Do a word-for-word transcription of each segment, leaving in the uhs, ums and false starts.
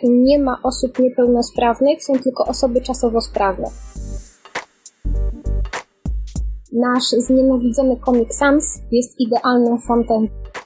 nie ma osób niepełnosprawnych, są tylko osoby czasowo sprawne. Nasz znienawidzony Comic Sans jest idealnym fontem.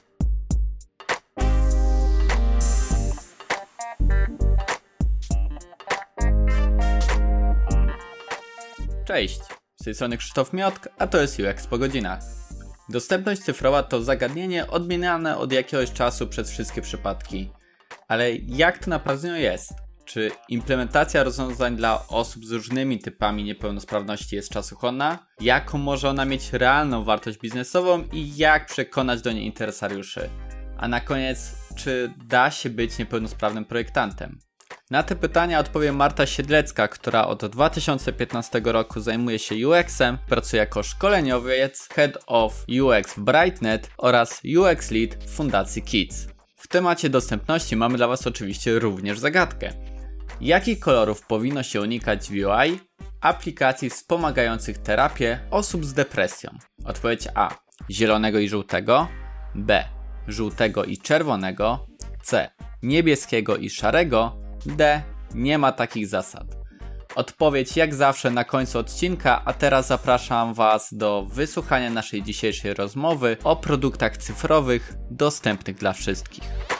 Cześć, z tej strony Krzysztof Miotk, a to jest U X po godzinach. Dostępność cyfrowa to zagadnienie odmieniane od jakiegoś czasu przez wszystkie przypadki. Ale jak to naprawdę jest? Czy implementacja rozwiązań dla osób z różnymi typami niepełnosprawności jest czasochłonna? Jaką może ona mieć realną wartość biznesową i jak przekonać do niej interesariuszy? A na koniec, czy da się być niepełnosprawnym projektantem? Na te pytania odpowie Marta Siedlecka, która od dwa tysiące piętnastego roku zajmuje się U X-em, pracuje jako szkoleniowiec, Head of U X w Brightnet oraz U X Lead w Fundacji Kids. W temacie dostępności mamy dla Was oczywiście również zagadkę. Jakich kolorów powinno się unikać w U I aplikacji wspomagających terapię osób z depresją? Odpowiedź A. Zielonego i żółtego, B. Żółtego i czerwonego, C. Niebieskiego i szarego, D. Nie ma takich zasad. Odpowiedź jak zawsze na końcu odcinka, a teraz zapraszam Was do wysłuchania naszej dzisiejszej rozmowy o produktach cyfrowych dostępnych dla wszystkich.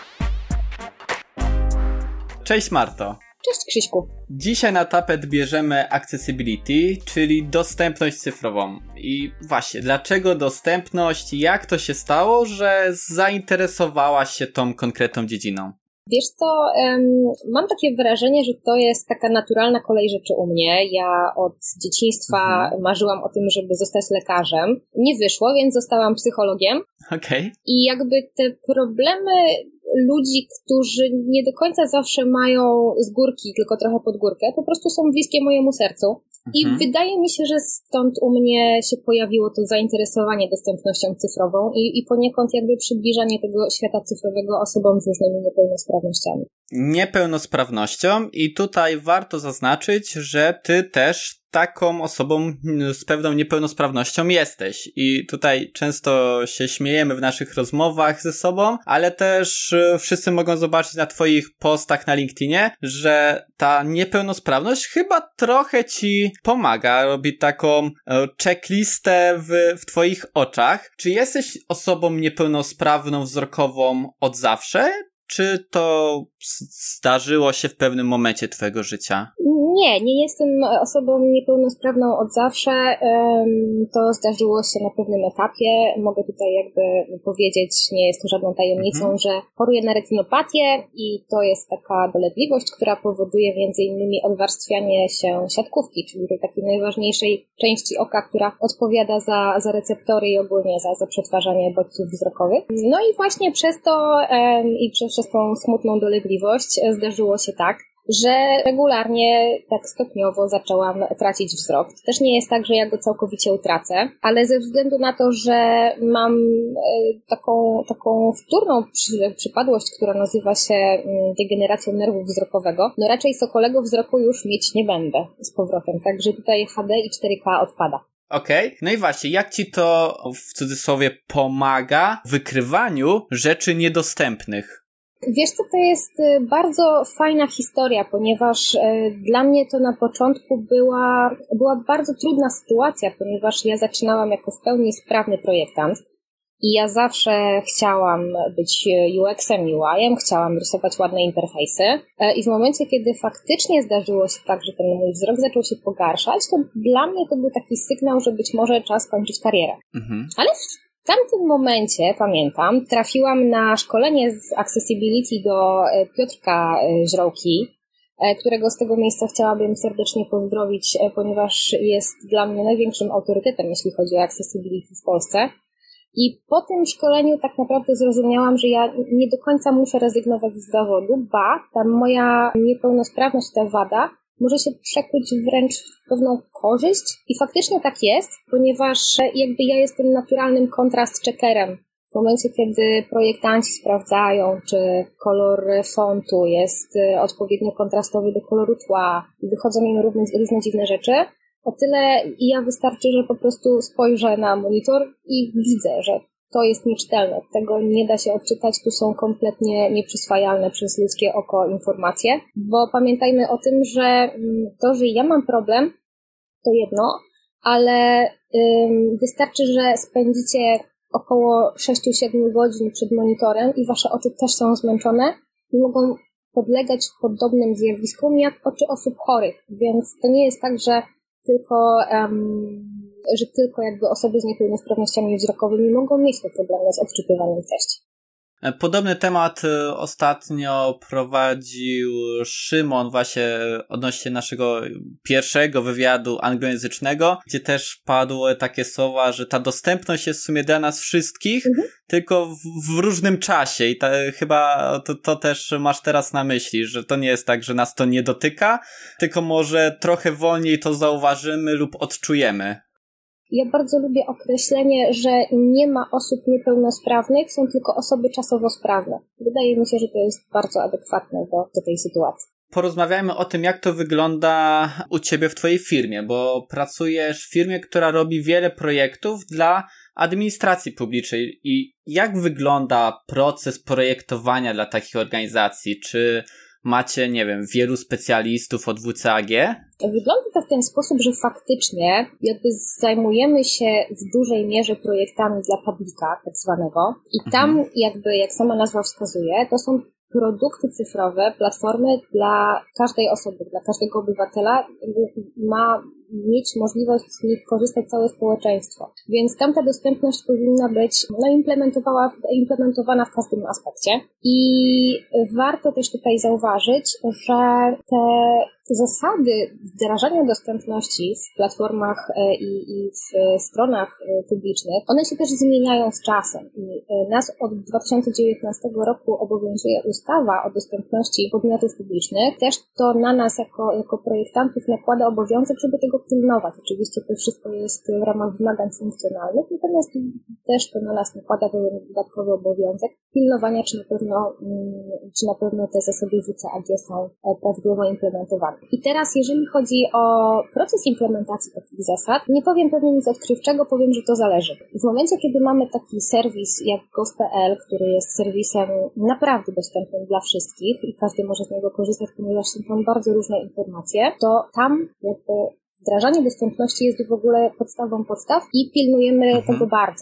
Cześć Marto. Cześć Krzyśku. Dzisiaj na tapet bierzemy accessibility, czyli dostępność cyfrową. I właśnie, dlaczego dostępność? Jak to się stało, że zainteresowałaś się tą konkretną dziedziną? Wiesz co, um, mam takie wrażenie, że to jest taka naturalna kolej rzeczy u mnie. Ja od dzieciństwa mhm. marzyłam o tym, żeby zostać lekarzem. Nie wyszło, więc zostałam psychologiem. Okej. Okay. I jakby te problemy ludzi, którzy nie do końca zawsze mają z górki, tylko trochę pod górkę, po prostu są bliskie mojemu sercu. I mhm. wydaje mi się, że stąd u mnie się pojawiło to zainteresowanie dostępnością cyfrową i, i poniekąd jakby przybliżanie tego świata cyfrowego osobom z różnymi niepełnosprawnościami. Niepełnosprawnością i tutaj warto zaznaczyć, że ty też taką osobą z pewną niepełnosprawnością jesteś i tutaj często się śmiejemy w naszych rozmowach ze sobą, ale też wszyscy mogą zobaczyć na twoich postach na LinkedInie, że ta niepełnosprawność chyba trochę ci pomaga, robi taką checklistę w, w twoich oczach. Czy jesteś osobą niepełnosprawną wzrokową od zawsze? Czy to zdarzyło się w pewnym momencie twojego życia? Nie, nie jestem osobą niepełnosprawną od zawsze. To zdarzyło się na pewnym etapie. Mogę tutaj jakby powiedzieć, nie jest to żadną tajemnicą, mhm. że choruję na retinopatię i to jest taka dolegliwość, która powoduje między innymi odwarstwianie się siatkówki, czyli tej takiej najważniejszej części oka, która odpowiada za, za receptory i ogólnie za, za przetwarzanie bodźców wzrokowych. No i właśnie przez to i przez, przez tą smutną dolegliwość zdarzyło się tak, że regularnie, tak stopniowo zaczęłam tracić wzrok. To też nie jest tak, że ja go całkowicie utracę, ale ze względu na to, że mam taką, taką wtórną przy, przypadłość, która nazywa się degeneracją nerwu wzrokowego, no raczej sokolego wzroku już mieć nie będę z powrotem, także tutaj H D i cztery K odpada. Okej, okay. No i właśnie, jak ci to w cudzysłowie pomaga w wykrywaniu rzeczy niedostępnych? Wiesz co, to jest bardzo fajna historia, ponieważ dla mnie to na początku była, była bardzo trudna sytuacja, ponieważ ja zaczynałam jako w pełni sprawny projektant i ja zawsze chciałam być U X-em, U I-em, chciałam rysować ładne interfejsy i w momencie, kiedy faktycznie zdarzyło się tak, że ten mój wzrok zaczął się pogarszać, to dla mnie to był taki sygnał, że być może czas kończyć karierę. Mhm. Ale w tamtym momencie, pamiętam, trafiłam na szkolenie z accessibility do Piotrka Źrołki, którego z tego miejsca chciałabym serdecznie pozdrowić, ponieważ jest dla mnie największym autorytetem, jeśli chodzi o accessibility w Polsce. I po tym szkoleniu tak naprawdę zrozumiałam, że ja nie do końca muszę rezygnować z zawodu, ba, ta moja niepełnosprawność, ta wada może się przekuć wręcz w pewną korzyść. I faktycznie tak jest, ponieważ jakby ja jestem naturalnym kontrast checkerem. W momencie, kiedy projektanci sprawdzają, czy kolor fontu jest odpowiednio kontrastowy do koloru tła i wychodzą im różne, różne dziwne rzeczy, o tyle ja wystarczy, że po prostu spojrzę na monitor i widzę, że to jest nieczytelne. Tego nie da się odczytać, tu są kompletnie nieprzyswajalne przez ludzkie oko informacje, bo pamiętajmy o tym, że to, że ja mam problem, to jedno, ale ym, wystarczy, że spędzicie około sześć do siedmiu godzin przed monitorem i wasze oczy też są zmęczone i mogą podlegać podobnym zjawiskom jak oczy osób chorych, więc to nie jest tak, że tylko, um, że tylko jakby osoby z niepełnosprawnościami wzrokowymi mogą mieć te problemy z odczytywaniem treści. Podobny temat ostatnio prowadził Szymon właśnie odnośnie naszego pierwszego wywiadu anglojęzycznego, gdzie też padły takie słowa, że ta dostępność jest w sumie dla nas wszystkich, mhm. tylko w, w różnym czasie i ta, chyba to, to też masz teraz na myśli, że to nie jest tak, że nas to nie dotyka, tylko może trochę wolniej to zauważymy lub odczujemy. Ja bardzo lubię określenie, że nie ma osób niepełnosprawnych, są tylko osoby czasowo sprawne. Wydaje mi się, że to jest bardzo adekwatne do, do tej sytuacji. Porozmawiajmy o tym, jak to wygląda u ciebie w twojej firmie, bo pracujesz w firmie, która robi wiele projektów dla administracji publicznej. I jak wygląda proces projektowania dla takich organizacji? Czy macie, nie wiem, wielu specjalistów od W C A G? Wygląda to w ten sposób, że faktycznie jakby zajmujemy się w dużej mierze projektami dla publika tak zwanego i tam mhm. jakby, jak sama nazwa wskazuje, to są produkty cyfrowe, platformy dla każdej osoby, dla każdego obywatela ma mieć możliwość z nich korzystać całe społeczeństwo. Więc tam ta dostępność powinna być no, implementowana, implementowana w każdym aspekcie. I warto też tutaj zauważyć, że te zasady wdrażania dostępności w platformach i, i w stronach publicznych, one się też zmieniają z czasem. I nas od dwa tysiące dziewiętnastego roku obowiązuje ustawa o dostępności podmiotów publicznych. Też to na nas jako, jako projektantów nakłada obowiązek, żeby tego pilnować. Oczywiście to wszystko jest w ramach wymagań funkcjonalnych, natomiast też to na nas nakłada pewien dodatkowy obowiązek pilnowania, czy na pewno, czy na pewno te zasady W C A G są prawidłowo implementowane. I teraz, jeżeli chodzi o proces implementacji takich zasad, nie powiem pewnie nic odkrywczego, powiem, że to zależy. W momencie, kiedy mamy taki serwis jak gov kropka p l, który jest serwisem naprawdę dostępnym dla wszystkich i każdy może z niego korzystać, ponieważ są tam bardzo różne informacje, to tam jakby wdrażanie dostępności jest w ogóle podstawą podstaw i pilnujemy mhm. tego bardzo.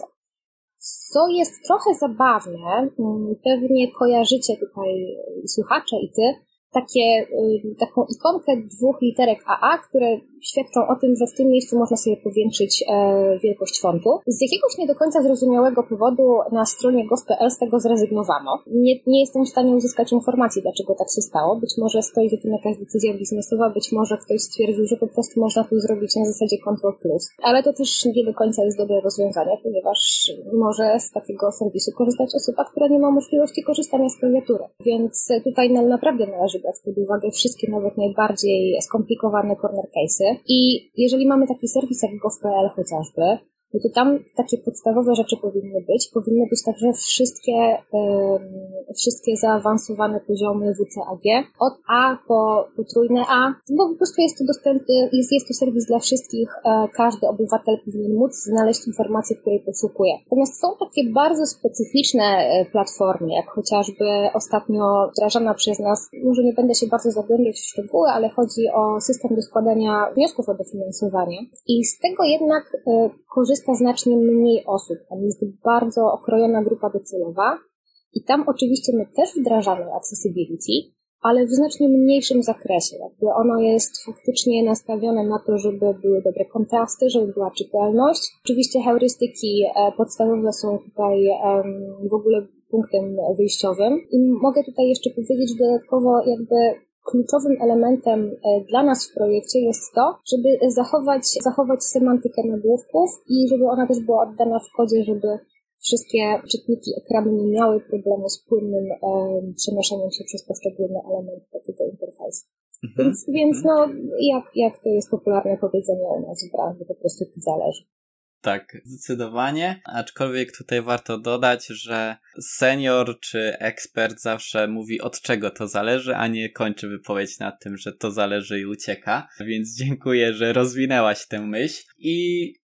Co jest trochę zabawne, pewnie kojarzycie tutaj słuchacze i ty, takie, taką ikonkę dwóch literek A A, które świadczą o tym, że w tym miejscu można sobie powiększyć e, wielkość fontu. Z jakiegoś nie do końca zrozumiałego powodu na stronie gov kropka p l z tego zrezygnowano. Nie, nie jestem w stanie uzyskać informacji, dlaczego tak się stało. Być może stoi za tym jakaś decyzja biznesowa, być może ktoś stwierdził, że po prostu można to zrobić na zasadzie Control plus. Ale to też nie do końca jest dobre rozwiązanie, ponieważ może z takiego serwisu korzystać osoba, która nie ma możliwości korzystania z klawiatury. Więc tutaj naprawdę należy brać pod uwagę wszystkie, nawet najbardziej skomplikowane corner case'y. I jeżeli mamy taki serwis jak gov kropka p l chociażby, no to tam takie podstawowe rzeczy powinny być. Powinny być także wszystkie, um, wszystkie zaawansowane poziomy W C A G, od A po potrójne A, bo po prostu jest to dostępny, jest, jest to serwis dla wszystkich, e, każdy obywatel powinien móc znaleźć informację, której poszukuje. Natomiast są takie bardzo specyficzne e, platformy, jak chociażby ostatnio wdrażana przez nas, może nie będę się bardzo zagłębiać w szczegóły, ale chodzi o system do składania wniosków o dofinansowanie i z tego jednak e, korzysta znacznie mniej osób. Tam jest bardzo okrojona grupa docelowa i tam oczywiście my też wdrażamy accessibility, ale w znacznie mniejszym zakresie. Jakby ono jest faktycznie nastawione na to, żeby były dobre kontrasty, żeby była czytelność. Oczywiście heurystyki podstawowe są tutaj w ogóle punktem wyjściowym. I mogę tutaj jeszcze powiedzieć, że dodatkowo jakby kluczowym elementem dla nas w projekcie jest to, żeby zachować, zachować semantykę nagłówków i żeby ona też była oddana w kodzie, żeby wszystkie czytniki ekranu nie miały problemu z płynnym e, przenoszeniem się przez poszczególne elementy takiego interfejsu. Mhm. Więc, więc no, jak, jak to jest popularne powiedzenie u nas w branży, po prostu to zależy. Tak, zdecydowanie, aczkolwiek tutaj warto dodać, że senior czy ekspert zawsze mówi, od czego to zależy, a nie kończy wypowiedź na tym, że to zależy i ucieka, więc dziękuję, że rozwinęłaś tę myśl. I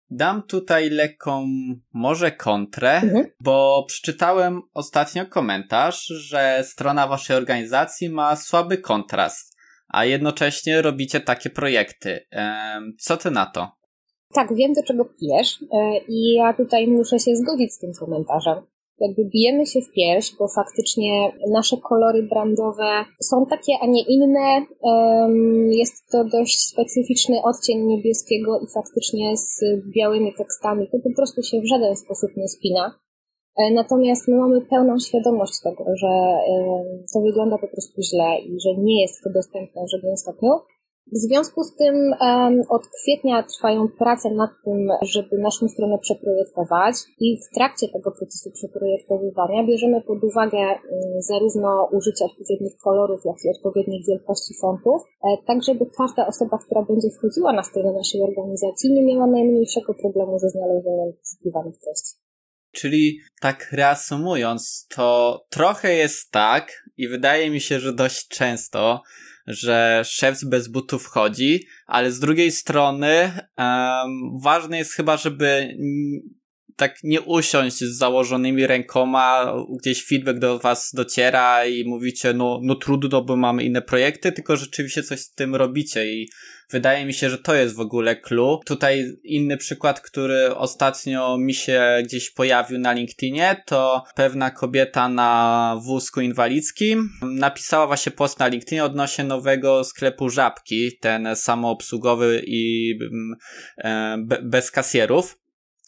Dam tutaj lekką może kontrę, mhm. bo przeczytałem ostatnio komentarz, że strona waszej organizacji ma słaby kontrast, a jednocześnie robicie takie projekty. Co ty na to? Tak, wiem, do czego pijesz i ja tutaj muszę się zgodzić z tym komentarzem. Jakby bijemy się w pierś, bo faktycznie nasze kolory brandowe są takie, a nie inne. Jest to dość specyficzny odcień niebieskiego i faktycznie z białymi tekstami to po prostu się w żaden sposób nie spina. Natomiast my mamy pełną świadomość tego, że to wygląda po prostu źle i że nie jest to dostępne w żadnym stopniu. W związku z tym um, od kwietnia trwają prace nad tym, żeby naszą stronę przeprojektować i w trakcie tego procesu przeprojektowywania bierzemy pod uwagę um, zarówno użycie odpowiednich kolorów, jak i odpowiednich wielkości fontów, e, tak żeby każda osoba, która będzie wchodziła na stronę naszej organizacji, nie miała najmniejszego problemu ze znalezieniem poszukiwanych treści. Czyli tak reasumując, to trochę jest tak i wydaje mi się, że dość często, że szewc bez butów wchodzi, ale z drugiej strony um, ważne jest chyba, żeby n- tak nie usiąść z założonymi rękoma, gdzieś feedback do was dociera i mówicie, no, no trudno, bo mamy inne projekty, tylko rzeczywiście coś z tym robicie i wydaje mi się, że to jest w ogóle clue. Tutaj inny przykład, który ostatnio mi się gdzieś pojawił na LinkedInie, to pewna kobieta na wózku inwalidzkim napisała właśnie post na LinkedInie odnośnie nowego sklepu Żabki, ten samoobsługowy i e, be, bez kasjerów.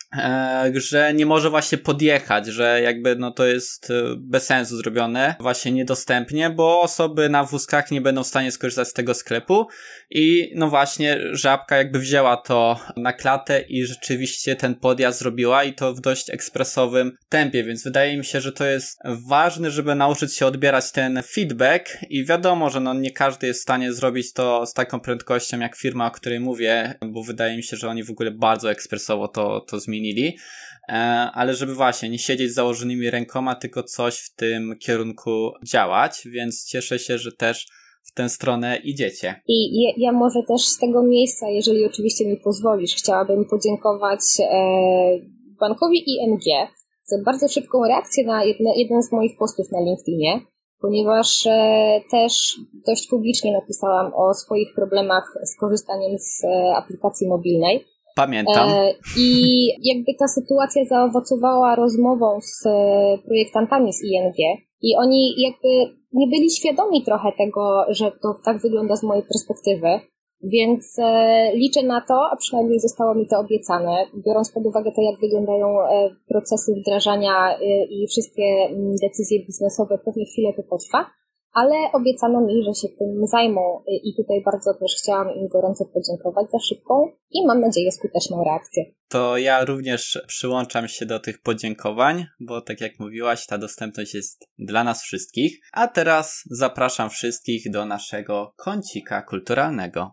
Że nie może właśnie podjechać, że jakby no to jest bez sensu zrobione, właśnie niedostępnie, bo osoby na wózkach nie będą w stanie skorzystać z tego sklepu i no właśnie Żabka jakby wzięła to na klatę i rzeczywiście ten podjazd zrobiła i to w dość ekspresowym tempie, więc wydaje mi się, że to jest ważne, żeby nauczyć się odbierać ten feedback i wiadomo, że no nie każdy jest w stanie zrobić to z taką prędkością jak firma, o której mówię, bo wydaje mi się, że oni w ogóle bardzo ekspresowo to, to zmienili. Ale żeby właśnie nie siedzieć z założonymi rękoma, tylko coś w tym kierunku działać, więc cieszę się, że też w tę stronę idziecie. I ja, ja może też z tego miejsca, jeżeli oczywiście mi pozwolisz, chciałabym podziękować e, bankowi I N G za bardzo szybką reakcję na jedne, jeden z moich postów na LinkedInie, ponieważ e, też dość publicznie napisałam o swoich problemach z korzystaniem z e, aplikacji mobilnej. Pamiętam. I jakby ta sytuacja zaowocowała rozmową z projektantami z I N G i oni jakby nie byli świadomi trochę tego, że to tak wygląda z mojej perspektywy, więc liczę na to, a przynajmniej zostało mi to obiecane, biorąc pod uwagę to, jak wyglądają procesy wdrażania i wszystkie decyzje biznesowe, pewnie chwilę to potrwa, ale obiecano mi, że się tym zajmą i tutaj bardzo też chciałam im gorąco podziękować za szybką i mam nadzieję skuteczną reakcję. To ja również przyłączam się do tych podziękowań, bo tak jak mówiłaś, ta dostępność jest dla nas wszystkich. A teraz zapraszam wszystkich do naszego kącika kulturalnego.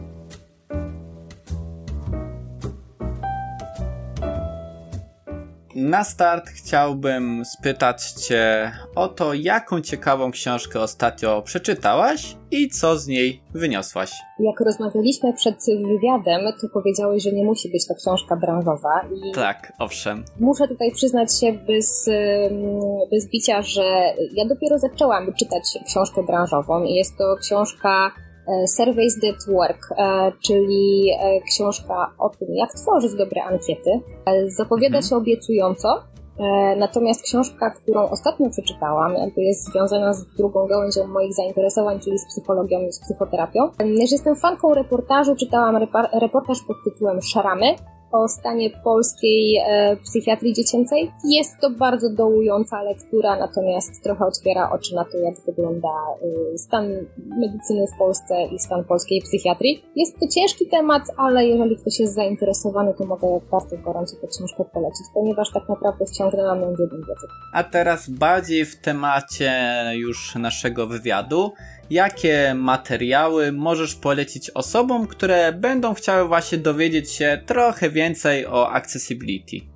Na start chciałbym spytać Cię o to, jaką ciekawą książkę ostatnio przeczytałaś i co z niej wyniosłaś. Jak rozmawialiśmy przed wywiadem, to powiedziałeś, że nie musi być to książka branżowa. I tak, owszem. Muszę tutaj przyznać się bez, bez bicia, że ja dopiero zaczęłam czytać książkę branżową i jest to książka Surveys That Work, czyli książka o tym, jak tworzyć dobre ankiety. Zapowiada się obiecująco, natomiast książka, którą ostatnio przeczytałam, jakby jest związana z drugą gałęzią moich zainteresowań, czyli z psychologią i z psychoterapią. Że jestem fanką reportażu, czytałam repar- reportaż pod tytułem Szramy o stanie polskiej e, psychiatrii dziecięcej. Jest to bardzo dołująca lektura, natomiast trochę otwiera oczy na to, jak wygląda e, stan medycyny w Polsce i stan polskiej psychiatrii. Jest to ciężki temat, ale jeżeli ktoś jest zainteresowany, to mogę bardzo gorąco tę książkę polecić, ponieważ tak naprawdę wciągnęłam ją w jeden wieczór. A teraz bardziej w temacie już naszego wywiadu. Jakie materiały możesz polecić osobom, które będą chciały właśnie dowiedzieć się trochę więcej o accessibility?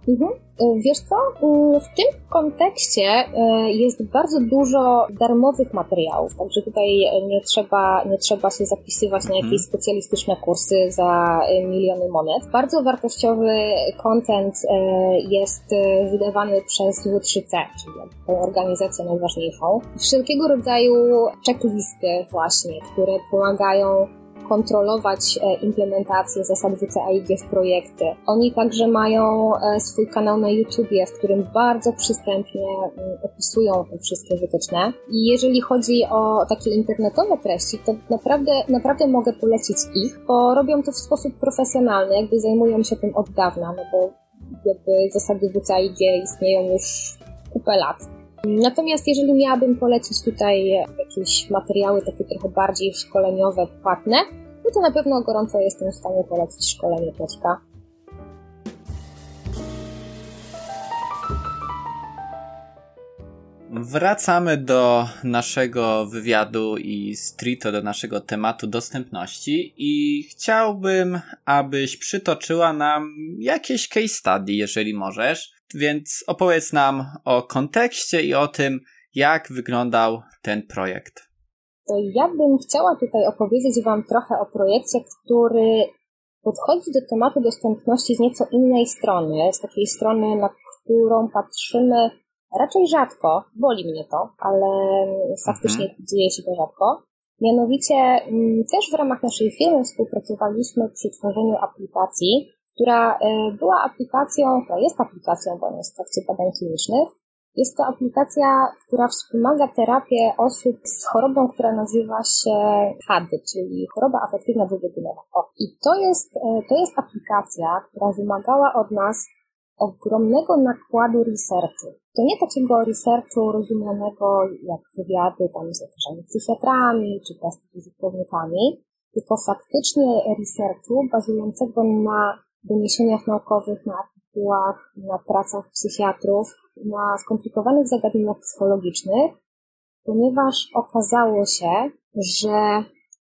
Mhm. Wiesz co? W tym kontekście jest bardzo dużo darmowych materiałów, także tutaj nie trzeba, nie trzeba się zapisywać na jakieś specjalistyczne kursy za miliony monet. Bardzo wartościowy content jest wydawany przez W trzy C, czyli tę organizację najważniejszą. Wszelkiego rodzaju checklisty właśnie, które pomagają kontrolować implementację zasad W C A I G w projekty. Oni także mają swój kanał na YouTubie, w którym bardzo przystępnie opisują te wszystkie wytyczne. I jeżeli chodzi o takie internetowe treści, to naprawdę, naprawdę mogę polecić ich, bo robią to w sposób profesjonalny, jakby zajmują się tym od dawna, no bo jakby zasady W C A I G istnieją już kupę lat. Natomiast jeżeli miałabym polecić tutaj jakieś materiały takie trochę bardziej szkoleniowe, płatne, no to na pewno gorąco jestem w stanie polecić szkolenie Piotrka. Wracamy do naszego wywiadu i stricte do naszego tematu dostępności i chciałbym, abyś przytoczyła nam jakieś case study, jeżeli możesz. Więc opowiedz nam o kontekście i o tym, jak wyglądał ten projekt. To ja bym chciała tutaj opowiedzieć Wam trochę o projekcie, który podchodzi do tematu dostępności z nieco innej strony, z takiej strony, na którą patrzymy raczej rzadko. Boli mnie to, ale faktycznie mhm. dzieje się to rzadko. Mianowicie też w ramach naszej firmy współpracowaliśmy przy tworzeniu aplikacji, która była aplikacją, która jest aplikacją, bo jest w trakcie badań klinicznych. Jest to aplikacja, która wspomaga terapię osób z chorobą, która nazywa się H A D, czyli choroba afektywna dwubiegunowa. O, i to jest, to jest aplikacja, która wymagała od nas ogromnego nakładu researchu. To nie takiego researchu rozumianego jak wywiady tam z lekarzami psychiatrami czy testy z użytkownikami, tylko faktycznie researchu bazującego na doniesieniach naukowych, na artykułach, na pracach psychiatrów, na skomplikowanych zagadnieniach psychologicznych, ponieważ okazało się, że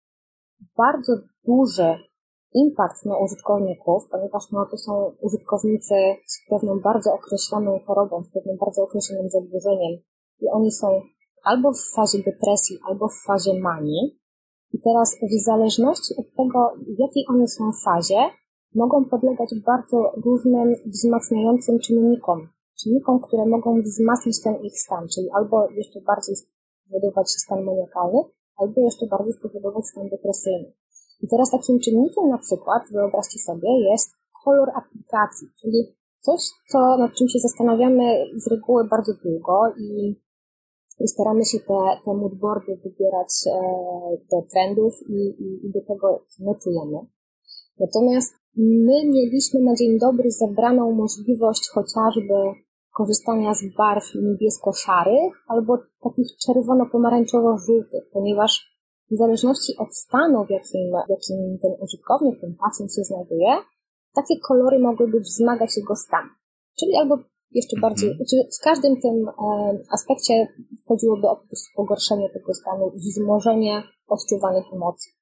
bardzo duży impact na użytkowników, ponieważ no, to są użytkownicy z pewną bardzo określoną chorobą, z pewnym bardzo określonym zaburzeniem i oni są albo w fazie depresji, albo w fazie manii. I teraz w zależności od tego, w jakiej one są fazie, mogą podlegać bardzo różnym wzmacniającym czynnikom. Czynnikom, które mogą wzmacniać ten ich stan, czyli albo jeszcze bardziej spowodować stan maniakalny, albo jeszcze bardziej spowodować stan depresyjny. I teraz takim czynnikiem na przykład, wyobraźcie sobie, jest kolor aplikacji, czyli coś, co, nad czym się zastanawiamy z reguły bardzo długo i staramy się te, te moodboardy wybierać e, do trendów i, i, i do tego, co my czujemy. Natomiast my mieliśmy na dzień dobry zebraną możliwość chociażby korzystania z barw niebiesko-szarych albo takich czerwono-pomarańczowo-żółtych, ponieważ w zależności od stanu, w jakim, w jakim ten użytkownik, ten pacjent się znajduje, takie kolory mogłyby wzmagać jego stan. Czyli albo jeszcze bardziej, czyli w każdym tym e, aspekcie chodziłoby o pogorszenie tego stanu, wzmożenie odczuwanych emocji.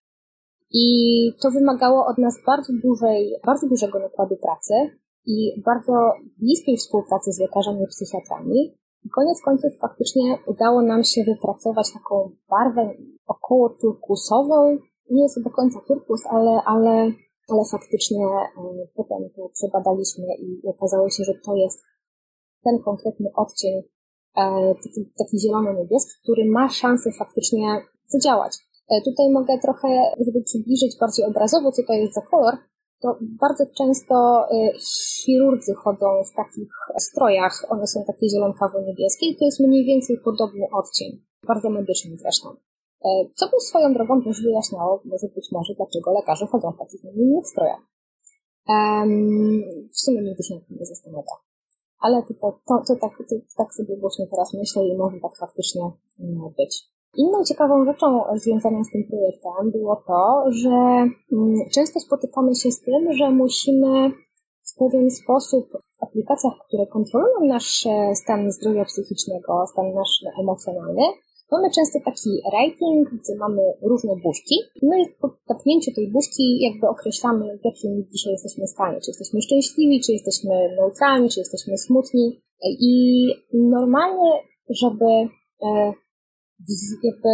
I to wymagało od nas bardzo dużej, bardzo dużego nakładu pracy i bardzo bliskiej współpracy z lekarzami i psychiatrami. I koniec końców faktycznie udało nam się wypracować taką barwę około turkusową. Nie jest to do końca turkus, ale, ale, ale faktycznie potem to przebadaliśmy i okazało się, że to jest ten konkretny odcień, taki, taki zielono-niebieski, który ma szansę faktycznie zadziałać. Tutaj mogę trochę, żeby przybliżyć bardziej obrazowo, co to jest za kolor, to bardzo często chirurdzy chodzą w takich strojach, one są takie zielonkawo-niebieskie i to jest mniej więcej podobny odcień, bardzo medyczny zresztą. Co by swoją drogą też wyjaśniało, może być może, dlaczego lekarze chodzą w takich innych strojach. W sumie nigdy się nad tym nie zastanawia. Ale to, to, to, to, tak, to tak sobie głośno teraz myślę i może tak faktycznie być. Inną ciekawą rzeczą związaną z tym projektem było to, że często spotykamy się z tym, że musimy w pewien sposób w aplikacjach, które kontrolują nasz stan zdrowia psychicznego, stan nasz emocjonalny, mamy często taki rating, gdzie mamy różne buźki. No i po tapnięciu tej buźki jakby określamy, w jakim dzisiaj jesteśmy stanie. Czy jesteśmy szczęśliwi, czy jesteśmy neutralni, czy jesteśmy smutni. I normalnie, żeby jakby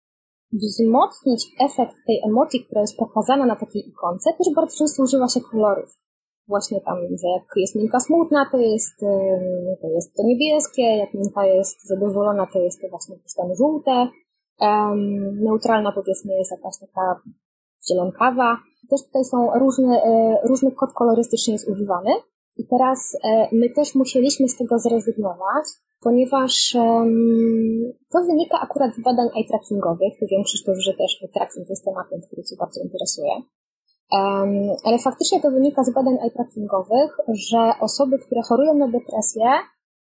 wzmocnić efekt tej emocji, która jest pokazana na takiej ikonce, też bardzo często używa się kolorów. Właśnie tam, że jak jest minka smutna, to jest, to jest to niebieskie, jak minka jest zadowolona, to jest to właśnie jakieś tam żółte, um, neutralna powiedzmy jest jakaś taka zielonkawa. Też tutaj są różne, różny kod kolorystyczny jest używany i teraz my też musieliśmy z tego zrezygnować, ponieważ um, to wynika akurat z badań eye trackingowych. Tu wiem, Krzysztof, że też eye tracking jest tematem, który Cię bardzo interesuje. Um, ale faktycznie to wynika z badań eye trackingowych, że osoby, które chorują na depresję, e,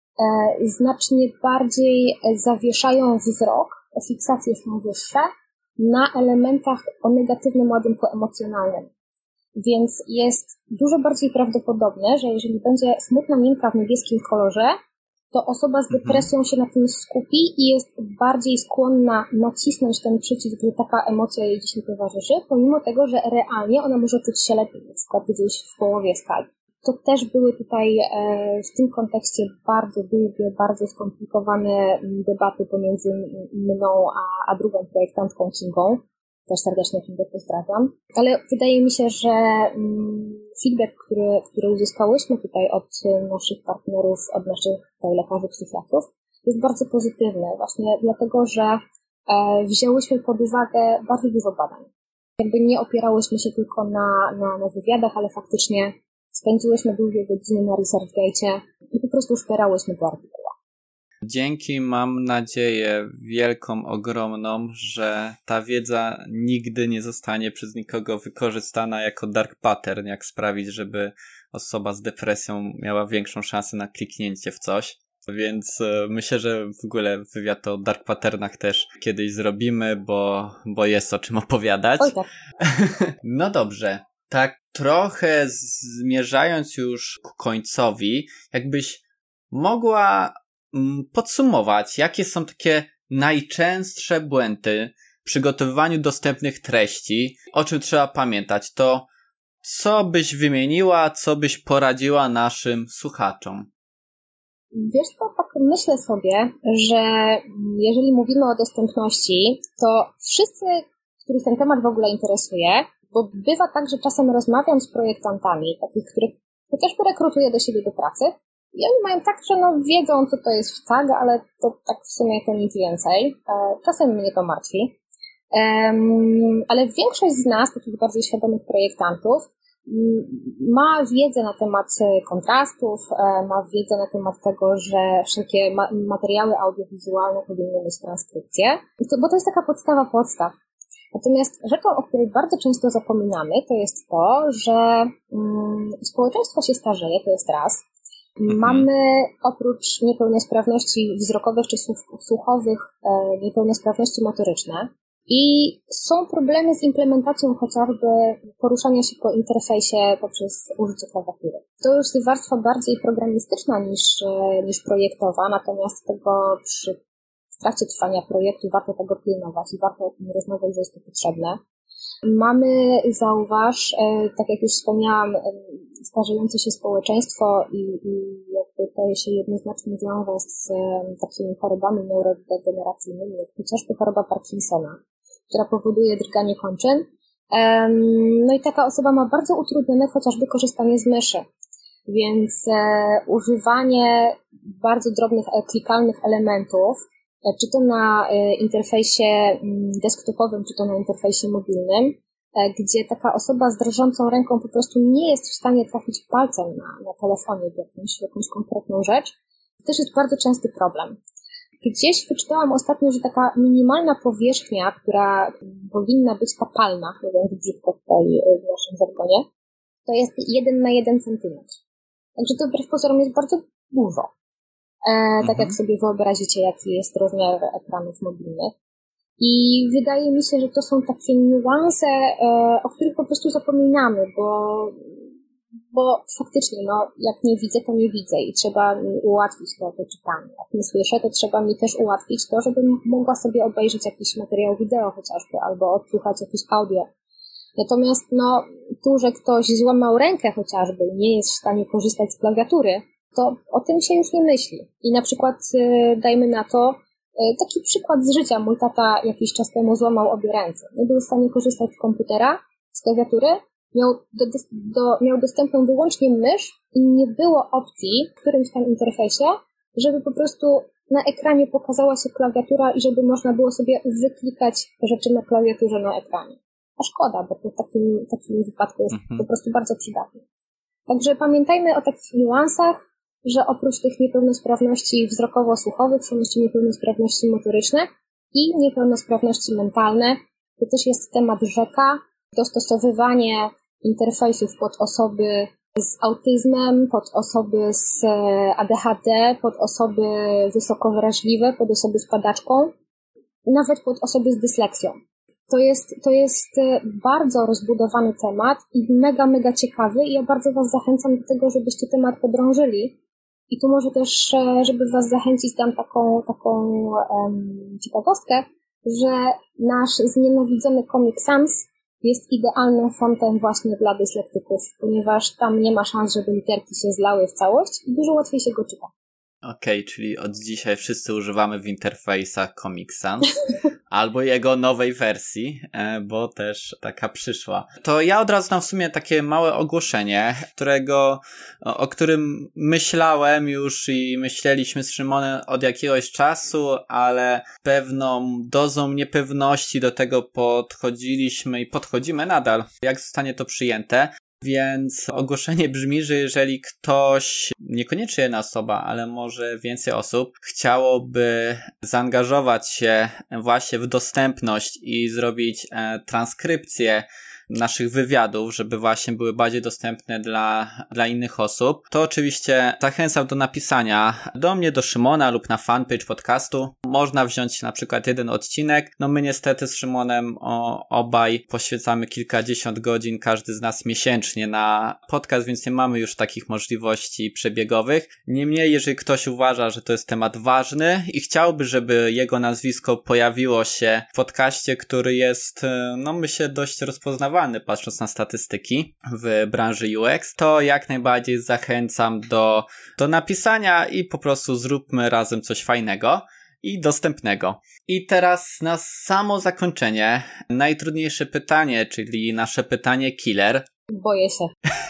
znacznie bardziej zawieszają wzrok, fiksacje są wyższe na elementach o negatywnym ładunku emocjonalnym. Więc jest dużo bardziej prawdopodobne, że jeżeli będzie smutna minka w niebieskim kolorze, to osoba z depresją się na tym skupi i jest bardziej skłonna nacisnąć ten przycisk, gdy taka emocja jej dzisiaj towarzyszy, pomimo tego, że realnie ona może czuć się lepiej, na przykład gdzieś w połowie skali. To też były tutaj e, w tym kontekście bardzo długie, bardzo skomplikowane debaty pomiędzy mną a, a drugą projektantką Kingą. Też serdecznie Kingę pozdrawiam. Ale wydaje mi się, że mm, feedback, który, który uzyskałyśmy tutaj od naszych partnerów, od naszych tutaj lekarzy, psychiatrów, jest bardzo pozytywny. Właśnie dlatego, że e, wzięłyśmy pod uwagę bardzo dużo badań. Jakby nie opierałyśmy się tylko na, na, na wywiadach, ale faktycznie spędziłyśmy długie godziny na ResearchGate'cie i po prostu szperałyśmy po artykułach. Dzięki, mam nadzieję wielką, ogromną, że ta wiedza nigdy nie zostanie przez nikogo wykorzystana jako dark pattern, jak sprawić, żeby osoba z depresją miała większą szansę na kliknięcie w coś. Więc e, myślę, że w ogóle wywiad o dark patternach też kiedyś zrobimy, bo, bo jest o czym opowiadać. Oj tak. No dobrze, tak trochę zmierzając już ku końcowi, jakbyś mogła podsumować, jakie są takie najczęstsze błędy w przygotowywaniu dostępnych treści, o czym trzeba pamiętać, to co byś wymieniła, co byś poradziła naszym słuchaczom? Wiesz co, tak myślę sobie, że jeżeli mówimy o dostępności, to wszyscy, których ten temat w ogóle interesuje, bo bywa tak, że czasem rozmawiam z projektantami, takich, których chociażby rekrutuję do siebie do pracy, i oni mają tak, że no wiedzą, co to jest w C A G, ale to tak w sumie to nic więcej. Czasem mnie to martwi. Um, ale większość z nas, takich bardziej świadomych projektantów, ma wiedzę na temat kontrastów, ma wiedzę na temat tego, że wszelkie ma- materiały audiowizualne powinny mieć transkrypcję, bo to jest taka podstawa podstaw. Natomiast rzeczą, o której bardzo często zapominamy, to jest to, że um, społeczeństwo się starzeje, to jest raz. Mhm. Mamy oprócz niepełnosprawności wzrokowych czy słuchowych niepełnosprawności motoryczne i są problemy z implementacją chociażby poruszania się po interfejsie poprzez użycie klawiatury. To już jest warstwa bardziej programistyczna niż, niż projektowa, natomiast tego przy, w trakcie trwania projektu warto tego pilnować i warto o tym rozmawiać, że jest to potrzebne. Mamy, zauważ, tak jak już wspomniałam, starzejące się społeczeństwo i, i jakby to się jednoznacznie wiąże z takimi chorobami neurodegeneracyjnymi, jak chociażby choroba Parkinsona, która powoduje drganie kończyn. No i taka osoba ma bardzo utrudnione chociażby korzystanie z myszy, więc e, używanie bardzo drobnych, klikalnych elementów, czy to na interfejsie desktopowym, czy to na interfejsie mobilnym, gdzie taka osoba z drżącą ręką po prostu nie jest w stanie trafić palcem na, na telefonie w jakąś, w jakąś konkretną rzecz, to też jest bardzo częsty problem. Gdzieś wyczytałam ostatnio, że taka minimalna powierzchnia, która powinna być tapalna, mówiąc brzydko tutaj w naszym żargonie, to jest jeden na jeden centymetr. Także to wbrew pozorom jest bardzo dużo. E, tak mhm. jak sobie wyobrazicie, jaki jest rozmiar ekranów mobilnych. I wydaje mi się, że to są takie niuanse, e, o których po prostu zapominamy, bo, bo faktycznie, no, jak nie widzę, to nie widzę i trzeba mi ułatwić to, to czytanie. Jak nie słyszę, to trzeba mi też ułatwić to, żebym mogła sobie obejrzeć jakiś materiał wideo chociażby, albo odsłuchać jakieś audio. Natomiast, no, tu, że ktoś złamał rękę chociażby i nie jest w stanie korzystać z klawiatury, to o tym się już nie myśli. I na przykład, dajmy na to, taki przykład z życia. Mój tata jakiś czas temu złamał obie ręce. Nie był w stanie korzystać z komputera, z klawiatury, miał, do, do, miał dostępną wyłącznie mysz i nie było opcji w którymś tam interfejsie, żeby po prostu na ekranie pokazała się klawiatura i żeby można było sobie wyklikać rzeczy na klawiaturze na ekranie. A szkoda, bo to w takim, takim wypadku jest mhm. po prostu bardzo przydatne. Także pamiętajmy o takich niuansach, że oprócz tych niepełnosprawności wzrokowo-słuchowych są jeszcze niepełnosprawności motoryczne i niepełnosprawności mentalne. To też jest temat rzeka, dostosowywanie interfejsów pod osoby z autyzmem, pod osoby z A D H D, pod osoby wysoko wrażliwe, pod osoby z padaczką, nawet pod osoby z dysleksją. To jest, to jest bardzo rozbudowany temat i mega, mega ciekawy i ja bardzo Was zachęcam do tego, żebyście temat podrążyli. I tu może też, żeby Was zachęcić, dam taką, taką um, ciekawostkę, że nasz znienawidzony Comic Sans jest idealnym fontem właśnie dla dyslektyków, ponieważ tam nie ma szans, żeby literki się zlały w całość i dużo łatwiej się go czyta. Okej, okay, czyli od dzisiaj wszyscy używamy w interfejsach Comic Sans albo jego nowej wersji, bo też taka przyszła. To ja od razu dam w sumie takie małe ogłoszenie, którego, o którym myślałem już i myśleliśmy z Szymonem od jakiegoś czasu, ale pewną dozą niepewności do tego podchodziliśmy i podchodzimy nadal, jak zostanie to przyjęte. Więc ogłoszenie brzmi, że jeżeli ktoś, niekoniecznie jedna osoba, ale może więcej osób, chciałoby zaangażować się właśnie w dostępność i zrobić e, transkrypcję naszych wywiadów, żeby właśnie były bardziej dostępne dla, dla innych osób, to oczywiście zachęcam do napisania do mnie, do Szymona lub na fanpage podcastu. Można wziąć na przykład jeden odcinek. No my niestety z Szymonem o, obaj poświęcamy kilkadziesiąt godzin, każdy z nas miesięcznie na podcast, więc nie mamy już takich możliwości przebiegowych. Niemniej, jeżeli ktoś uważa, że to jest temat ważny i chciałby, żeby jego nazwisko pojawiło się w podcaście, który jest, no myślę, dość rozpoznawalny, patrząc na statystyki w branży U X, to jak najbardziej zachęcam do, do napisania i po prostu zróbmy razem coś fajnego i dostępnego. I teraz na samo zakończenie najtrudniejsze pytanie, czyli nasze pytanie killer. Boję się.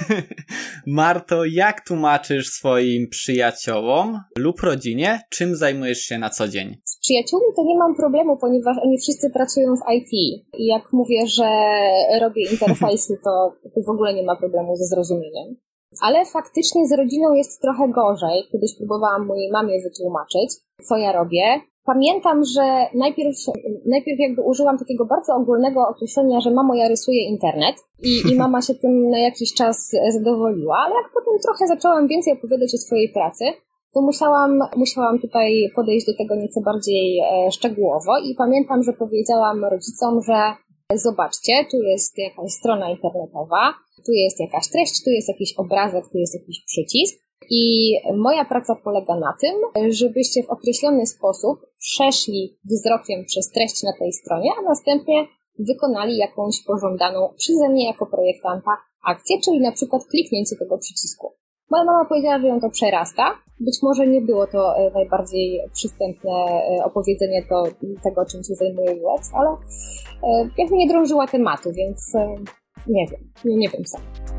Marto, jak tłumaczysz swoim przyjaciołom lub rodzinie, czym zajmujesz się na co dzień? Z przyjaciółmi to nie mam problemu, ponieważ oni wszyscy pracują w I T. I jak mówię, że robię interfejsy, to w ogóle nie ma problemu ze zrozumieniem. Ale faktycznie z rodziną jest trochę gorzej. Kiedyś próbowałam mojej mamie wytłumaczyć, co ja robię. Pamiętam, że najpierw, najpierw jakby użyłam takiego bardzo ogólnego określenia, że mamo, ja rysuję internet i, i mama się tym na jakiś czas zadowoliła, ale jak potem trochę zaczęłam więcej opowiadać o swojej pracy, to musiałam, musiałam tutaj podejść do tego nieco bardziej e, szczegółowo i pamiętam, że powiedziałam rodzicom, że zobaczcie, tu jest jakaś strona internetowa, tu jest jakaś treść, tu jest jakiś obrazek, tu jest jakiś przycisk. I moja praca polega na tym, żebyście w określony sposób przeszli wzrokiem przez treść na tej stronie, a następnie wykonali jakąś pożądaną przeze mnie jako projektanta akcję, czyli na przykład kliknięcie tego przycisku. Moja mama powiedziała, że ją to przerasta. Być może nie było to najbardziej przystępne opowiedzenie to, tego, czym się zajmuje U X, ale jakby nie drążyła tematu, więc nie wiem, nie, nie wiem sam.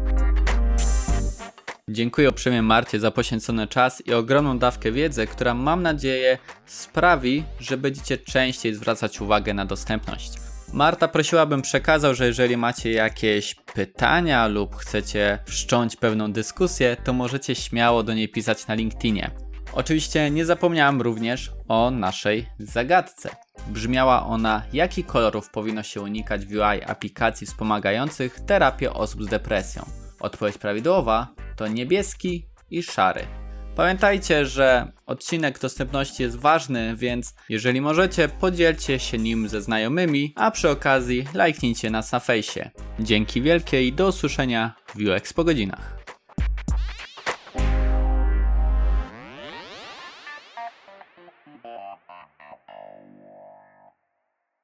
Dziękuję uprzejmie Marcie za poświęcony czas i ogromną dawkę wiedzy, która mam nadzieję sprawi, że będziecie częściej zwracać uwagę na dostępność. Marta prosiła, bym przekazał, że jeżeli macie jakieś pytania lub chcecie wszcząć pewną dyskusję, to możecie śmiało do niej pisać na LinkedInie. Oczywiście nie zapomniałem również o naszej zagadce. Brzmiała ona, jakich kolorów powinno się unikać w U I aplikacji wspomagających terapię osób z depresją. Odpowiedź prawidłowa to niebieski i szary. Pamiętajcie, że odcinek dostępności jest ważny, więc jeżeli możecie, podzielcie się nim ze znajomymi, a przy okazji lajknijcie nas na fejsie. Dzięki wielkie i do usłyszenia w U X po godzinach.